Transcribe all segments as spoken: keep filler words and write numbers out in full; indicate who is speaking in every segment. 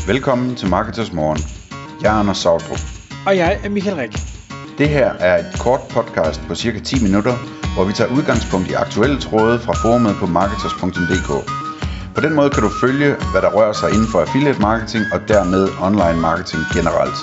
Speaker 1: Velkommen til Marketers Morgen. Jeg er Anders Sautrup.
Speaker 2: Og jeg er Michael Rik.
Speaker 1: Det her er et kort podcast på cirka ti minutter, hvor vi tager udgangspunkt i aktuelle tråde fra forumet på marketers punktum d k. På den måde kan du følge, hvad der rører sig inden for affiliate marketing og dermed online marketing generelt.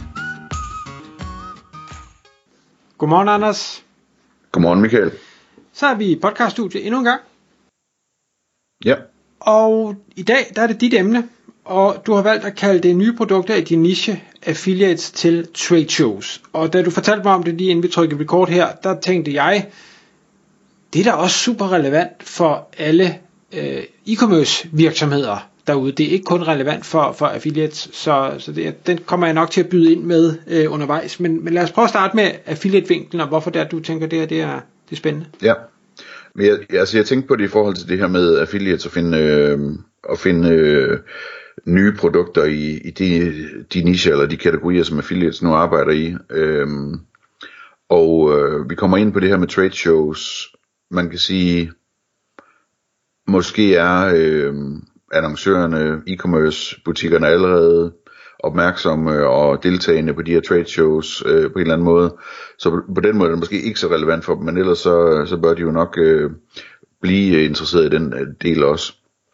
Speaker 2: Godmorgen, Anders.
Speaker 1: Godmorgen, Michael.
Speaker 2: Så er vi i podcaststudiet endnu en gang.
Speaker 1: Ja.
Speaker 2: Og i dag, der er det dit emne, og du har valgt at kalde det nye produkter i din niche affiliates til trade shows. Og da du fortalte mig om det lige inden vi trykkede record her, der tænkte jeg, det er da også super relevant for alle øh, e-commerce virksomheder derude. Det er ikke kun relevant for, for affiliates, så, så det, den kommer jeg nok til at byde ind med øh, undervejs. Men, men lad os prøve at starte med affiliate-vinklen, og hvorfor det er, du tænker, det, er, det, er, det er spændende.
Speaker 3: Ja, men jeg, altså jeg tænkte på det i forhold til det her med affiliates, at finde, øh, at finde øh, nye produkter i, i de, de nicher eller de kategorier, som affiliates nu arbejder i. Øhm, og øh, vi kommer ind på det her med trade shows. Man kan sige, måske er øh, annoncørerne, e-commerce butikkerne allerede opmærksomme og deltagende på de her trade shows øh, på en eller anden måde. Så på, på den måde er det måske ikke så relevant for dem, men ellers så, så bør de jo nok øh, blive interesseret i den del også.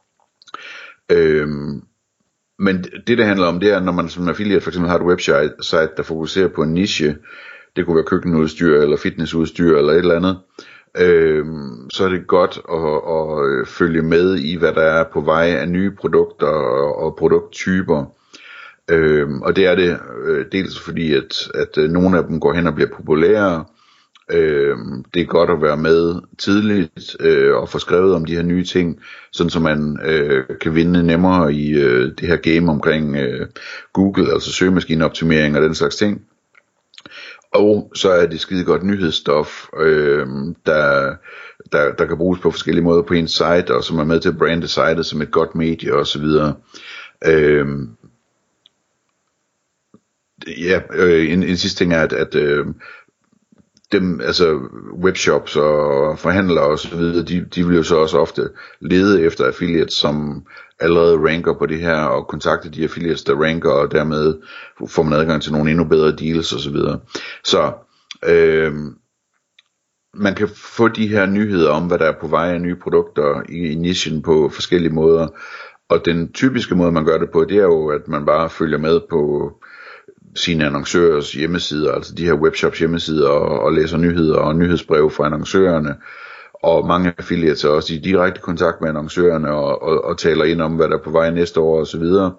Speaker 3: Øhm, men det det handler om, det er, når man som affiliate for eksempel har et website, der fokuserer på en niche, det kunne være køkkenudstyr eller fitnessudstyr eller et eller andet, øhm, så er det godt at, at følge med i, hvad der er på vej af nye produkter og, og produkttyper. Øhm, og det er det øh, dels fordi, at, at øh, nogle af dem går hen og bliver populære. Øhm, det er godt at være med tidligt øh, og få skrevet om de her nye ting, sådan så man øh, kan vinde nemmere i øh, det her game omkring øh, Google, altså søgemaskineoptimering og den slags ting. Og så er det skide godt nyhedsstof, øh, der, der, der kan bruges på forskellige måder på ens site, og som er med til at brande sitet som et godt medie osv. Øh, ja, øh, en, en sidste ting er, at, at øh, dem, altså webshops og forhandlere og så videre, de, de vil jo så også ofte lede efter affiliates, som allerede ranker på det her, og kontakte de affiliates, der ranker, og dermed får man adgang til nogle endnu bedre deals og så videre. Så øh, man kan få de her nyheder om, hvad der er på vej af nye produkter i, i nichen på forskellige måder, og den typiske måde, man gør det på, det er jo, at man bare følger med på sine annoncørers hjemmesider, altså de her webshops hjemmesider, og, og læser nyheder og nyhedsbreve fra annoncørerne, og mange affiliates er også i direkte kontakt med annoncørerne, og, og, og taler ind om, hvad der er på vej næste år og så videre.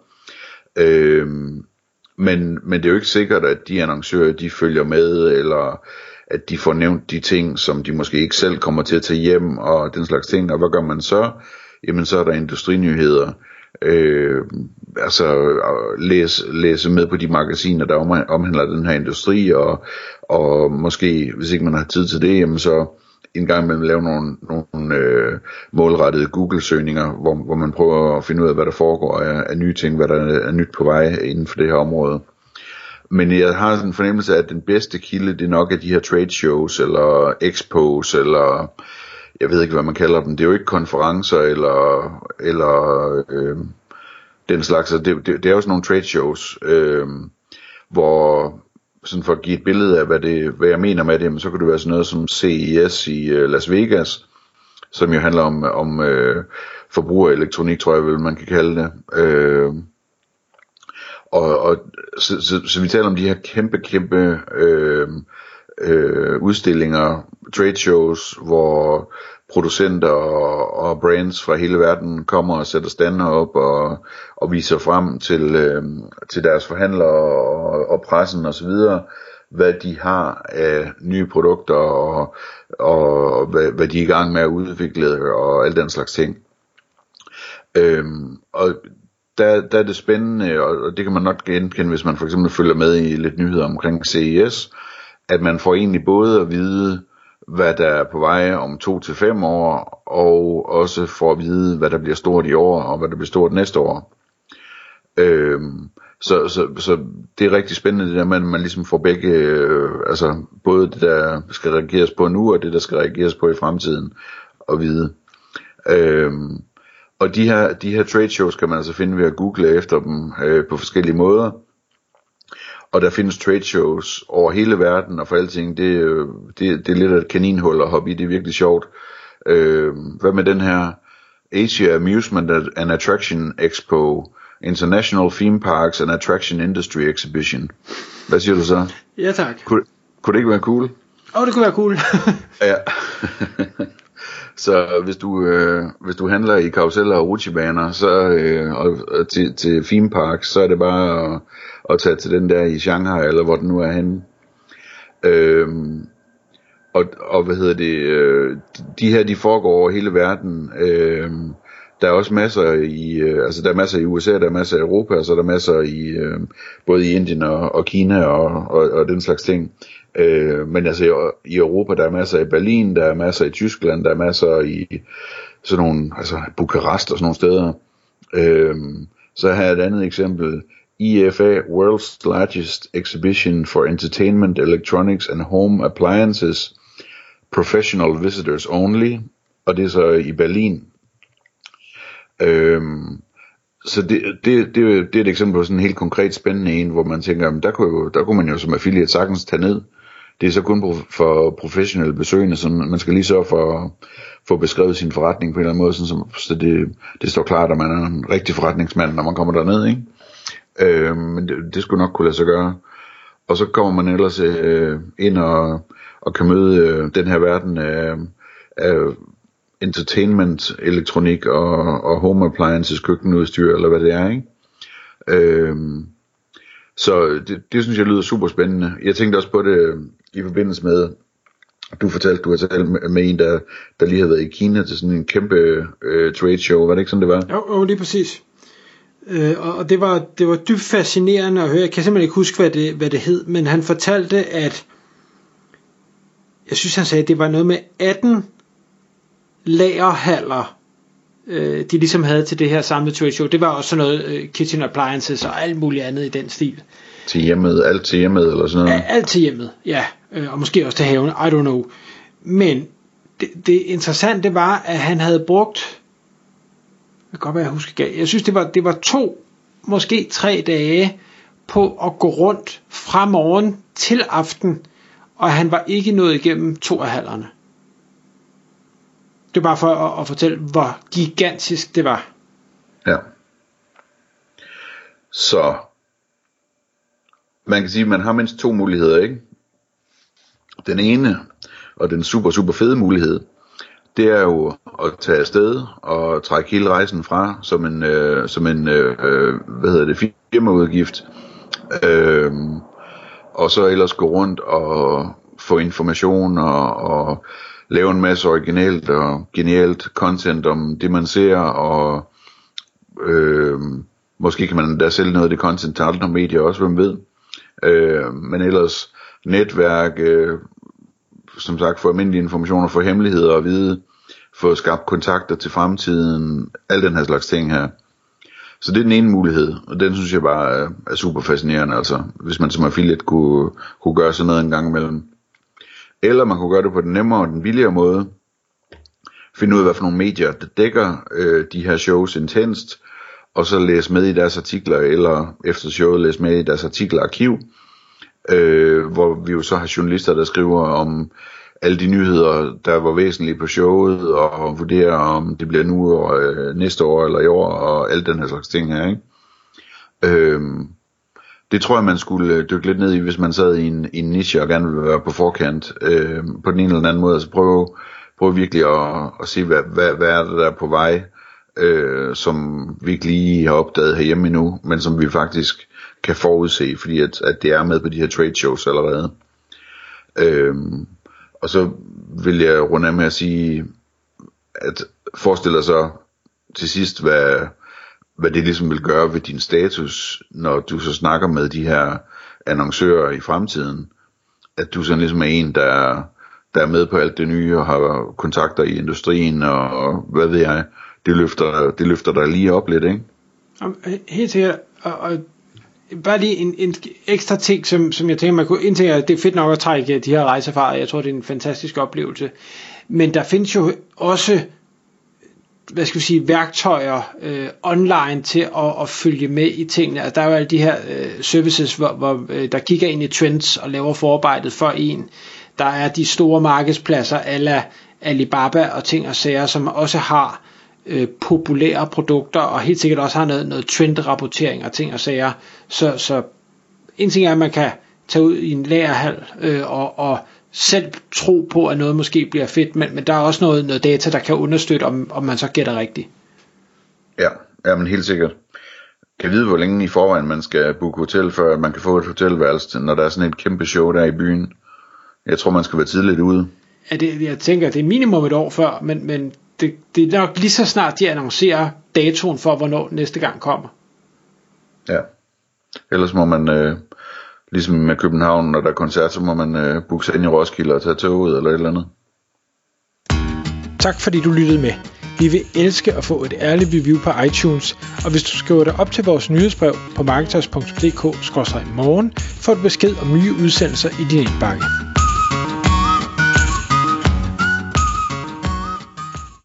Speaker 3: Øhm, men, men det er jo ikke sikkert, at de annoncører, de følger med, eller at de får nævnt de ting, som de måske ikke selv kommer til at tage hjem, og den slags ting. Og hvad gør man så? Jamen så er der industrinyheder. Øh, altså læse, læse med på de magasiner, der omhandler den her industri, og, og måske, hvis ikke man har tid til det, jamen så en gang imellem lave nogle, nogle øh, målrettede Google-søgninger, hvor, hvor man prøver at finde ud af, hvad der foregår af, af nye ting, hvad der er nyt på vej inden for det her område. Men jeg har sådan en fornemmelse af, at den bedste kilde, det nok er de her trade shows, eller expos, eller jeg ved ikke, hvad man kalder dem. Det er jo ikke konferencer, eller, eller øh, den slags. Det, det, det er jo sådan nogle trade shows, øh, hvor, sådan for at give et billede af, hvad, det, hvad jeg mener med det, så kan det være sådan noget som C E S i øh, Las Vegas, som jo handler om, om øh, forbrugerelektronik, tror jeg vel, man kan kalde det. Øh, og, og så, så, så vi taler om de her kæmpe, kæmpe øh, øh, udstillinger, trade shows, hvor producenter og, og brands fra hele verden kommer og sætter stander op og, og viser frem til, øh, til deres forhandlere og, og pressen og så videre, hvad de har af nye produkter, og, og hvad, hvad de er i gang med at udvikle og al den slags ting. Øhm, og der, der er det spændende, og det kan man nok genkende, hvis man for eksempel følger med i lidt nyheder omkring C E S, at man får egentlig både at vide, hvad der er på vej om to til fem år, og også får at vide, hvad der bliver stort i år, og hvad der bliver stort næste år. Øhm, så, så, så det er rigtig spændende, det der med, at man ligesom får begge, øh, altså både det, der skal reageres på nu, og det, der skal reageres på i fremtiden, at vide. Øhm, og de her, de her trade shows kan man altså finde ved at google efter dem øh, på forskellige måder. Og der findes trade shows over hele verden, og for alting, det, det, det er lidt af et kaninhul at hoppe i, det er virkelig sjovt. Øh, hvad med den her Asia Amusement and Attraction Expo, International Theme Parks and Attraction Industry Exhibition. Hvad siger du så?
Speaker 2: Ja, tak.
Speaker 3: Kunne, kunne det ikke være cool?
Speaker 2: Åh, oh, det kunne være cool.
Speaker 3: Ja. Så hvis du øh, hvis du handler i karuseller og rutsjebaner, så øh, og, og til til theme parks, så er det bare at, at tage til den der i Shanghai eller hvor den nu er henne. Øhm, og og hvad hedder det? Øh, de her de foregår over hele verden. Øh, der er også masser i øh, altså der er masser i U S A, der er masser i Europa, og så er der masser i øh, både i Indien og, og Kina og, og og den slags ting. Øh, men altså i, i Europa, der er masser i Berlin, der er masser i Tyskland, der er masser i sådan nogle, altså Bukarest og sådan nogle steder. Øh, så her er et andet eksempel. I F A, World's Largest Exhibition for Entertainment, Electronics and Home Appliances, Professional Visitors Only, og det er så i Berlin. Øh, Så det, det, det, det er et eksempel på sådan en helt konkret spændende en, hvor man tænker, der kunne, jo, der kunne man jo som affiliate sagtens tage ned. Det er så kun for professionelle besøgende, så man skal lige sørge for at få beskrevet sin forretning på en eller anden måde, sådan, så det, det står klart, at man er en rigtig forretningsmand, når man kommer derned, ikke? Øh, men det, det skulle nok kunne lade sig gøre. Og så kommer man ellers øh, ind og, og kan møde øh, den her verden af, af entertainment, elektronik og, og home appliances, køkkenudstyr, eller hvad det er, ikke? Øhm, så det, det synes jeg lyder super spændende. Jeg tænkte også på det i forbindelse med, du fortalte, du har talt med, med en, der, der lige havde været i Kina til sådan en kæmpe øh, trade show, var det ikke sådan, det var?
Speaker 2: Jo, jo lige præcis. Øh, og og det, var, det var dybt fascinerende at høre. Jeg kan simpelthen ikke huske, hvad det, hvad det hed, men han fortalte, at jeg synes, han sagde, at det var noget med atten lagerhaller, øh, de ligesom havde til det her samlede trade show. Det var også sådan noget øh, kitchen appliances og alt muligt andet i den stil.
Speaker 3: Til hjemmet, alt til hjemmet eller sådan noget?
Speaker 2: A- alt til hjemmet, ja. Øh, og måske også til haven, I don't know. Men det, det interessante var, at han havde brugt, det kan godt være, jeg husker galt, jeg synes, det var, det var to, måske tre dage på at gå rundt fra morgen til aften, og han var ikke nået igennem to af hallerne. Det er bare for at, at fortælle, hvor gigantisk det var.
Speaker 3: Ja. Så man kan sige, at man har mindst to muligheder, ikke? Den ene, og den super, super fede mulighed, det er jo at tage afsted og trække hele rejsen fra som en, øh, som en øh, hvad hedder det, firmaudgift. Øh, og så ellers gå rundt og få information og, og lave en masse originalt og genialt content om det man ser, og øh, måske kan man da sælge noget af det content til andre medier også, hvem ved. Øh, men ellers netværk, øh, som sagt få almindelige informationer, få hemmeligheder og vide, få skabt kontakter til fremtiden, al den her slags ting her. Så det er den ene mulighed, og den synes jeg bare er, er super fascinerende, altså hvis man som affiliate kunne, kunne gøre sådan noget en gang imellem. Eller man kunne gøre det på den nemmere og den billigere måde. Finde ud af, hvad for nogle medier, der dækker øh, de her shows intenst, og så læse med i deres artikler, eller efter showet læse med i deres artiklerarkiv, øh, hvor vi jo så har journalister, der skriver om alle de nyheder, der var væsentlige på showet, og vurdere, om det bliver nu og øh, næste år eller i år, og alle den her slags ting her, ikke? Øh, Det tror jeg, man skulle dykke lidt ned i, hvis man sad i en, i en niche og gerne ville være på forkant øh, på den ene eller anden måde. Altså prøve, prøve virkelig at, at se, hvad, hvad, hvad er det, der er på vej, øh, som vi ikke lige har opdaget herhjemme endnu, men som vi faktisk kan forudse, fordi at, at det er med på de her trade shows allerede. Øh, og så vil jeg runde af med at sige, at forestille dig så til sidst, hvad... hvad det ligesom vil gøre ved din status, når du så snakker med de her annoncører i fremtiden, at du sådan ligesom er en, der, der er med på alt det nye, og har kontakter i industrien, og, og hvad ved jeg, det løfter, det løfter dig lige op lidt, ikke?
Speaker 2: Helt sikkert, og, og bare lige en, en ekstra ting, som, som jeg tænker, man kunne indtænke, at det er fedt nok at trække de her rejser fra, jeg tror, det er en fantastisk oplevelse, men der findes jo også hvad skal vi sige, værktøjer øh, online til at, at følge med i tingene. Altså, der er jo alle de her øh, services, hvor, hvor øh, der kigger ind i trends og laver forarbejdet for en. Der er de store markedspladser a la Alibaba og ting og sager, som også har øh, populære produkter, og helt sikkert også har noget, noget trendrapportering og ting og sager. Så, så en ting er, at man kan tage ud i en lagerhal øh, og, og selv tro på, at noget måske bliver fedt, men, men der er også noget, noget data, der kan understøtte, om, om man så gætter rigtigt.
Speaker 3: Ja, ja, men helt sikkert. Kan vide, hvor længe i forvejen man skal booke hotel, før man kan få et hotelværelse, når der er sådan et kæmpe show der i byen. Jeg tror, man skal være tidligt ude.
Speaker 2: Ja, det, jeg tænker, det er minimum et år før, men, men det, det er nok lige så snart, de annoncerer datoen for, hvornår næste gang kommer.
Speaker 3: Ja, ellers må man, øh, ligesom med København, når der er koncert, så må man øh, booke sig ind i Roskilde og tage toget eller et eller andet.
Speaker 2: Tak fordi du lyttede med. Vi vil elske at få et ærligt review på iTunes, og hvis du skriver dig op til vores nyhedsbrev på marketers punktum d k skråstreg morgen, får du besked om nye udsendelser i din indbakke.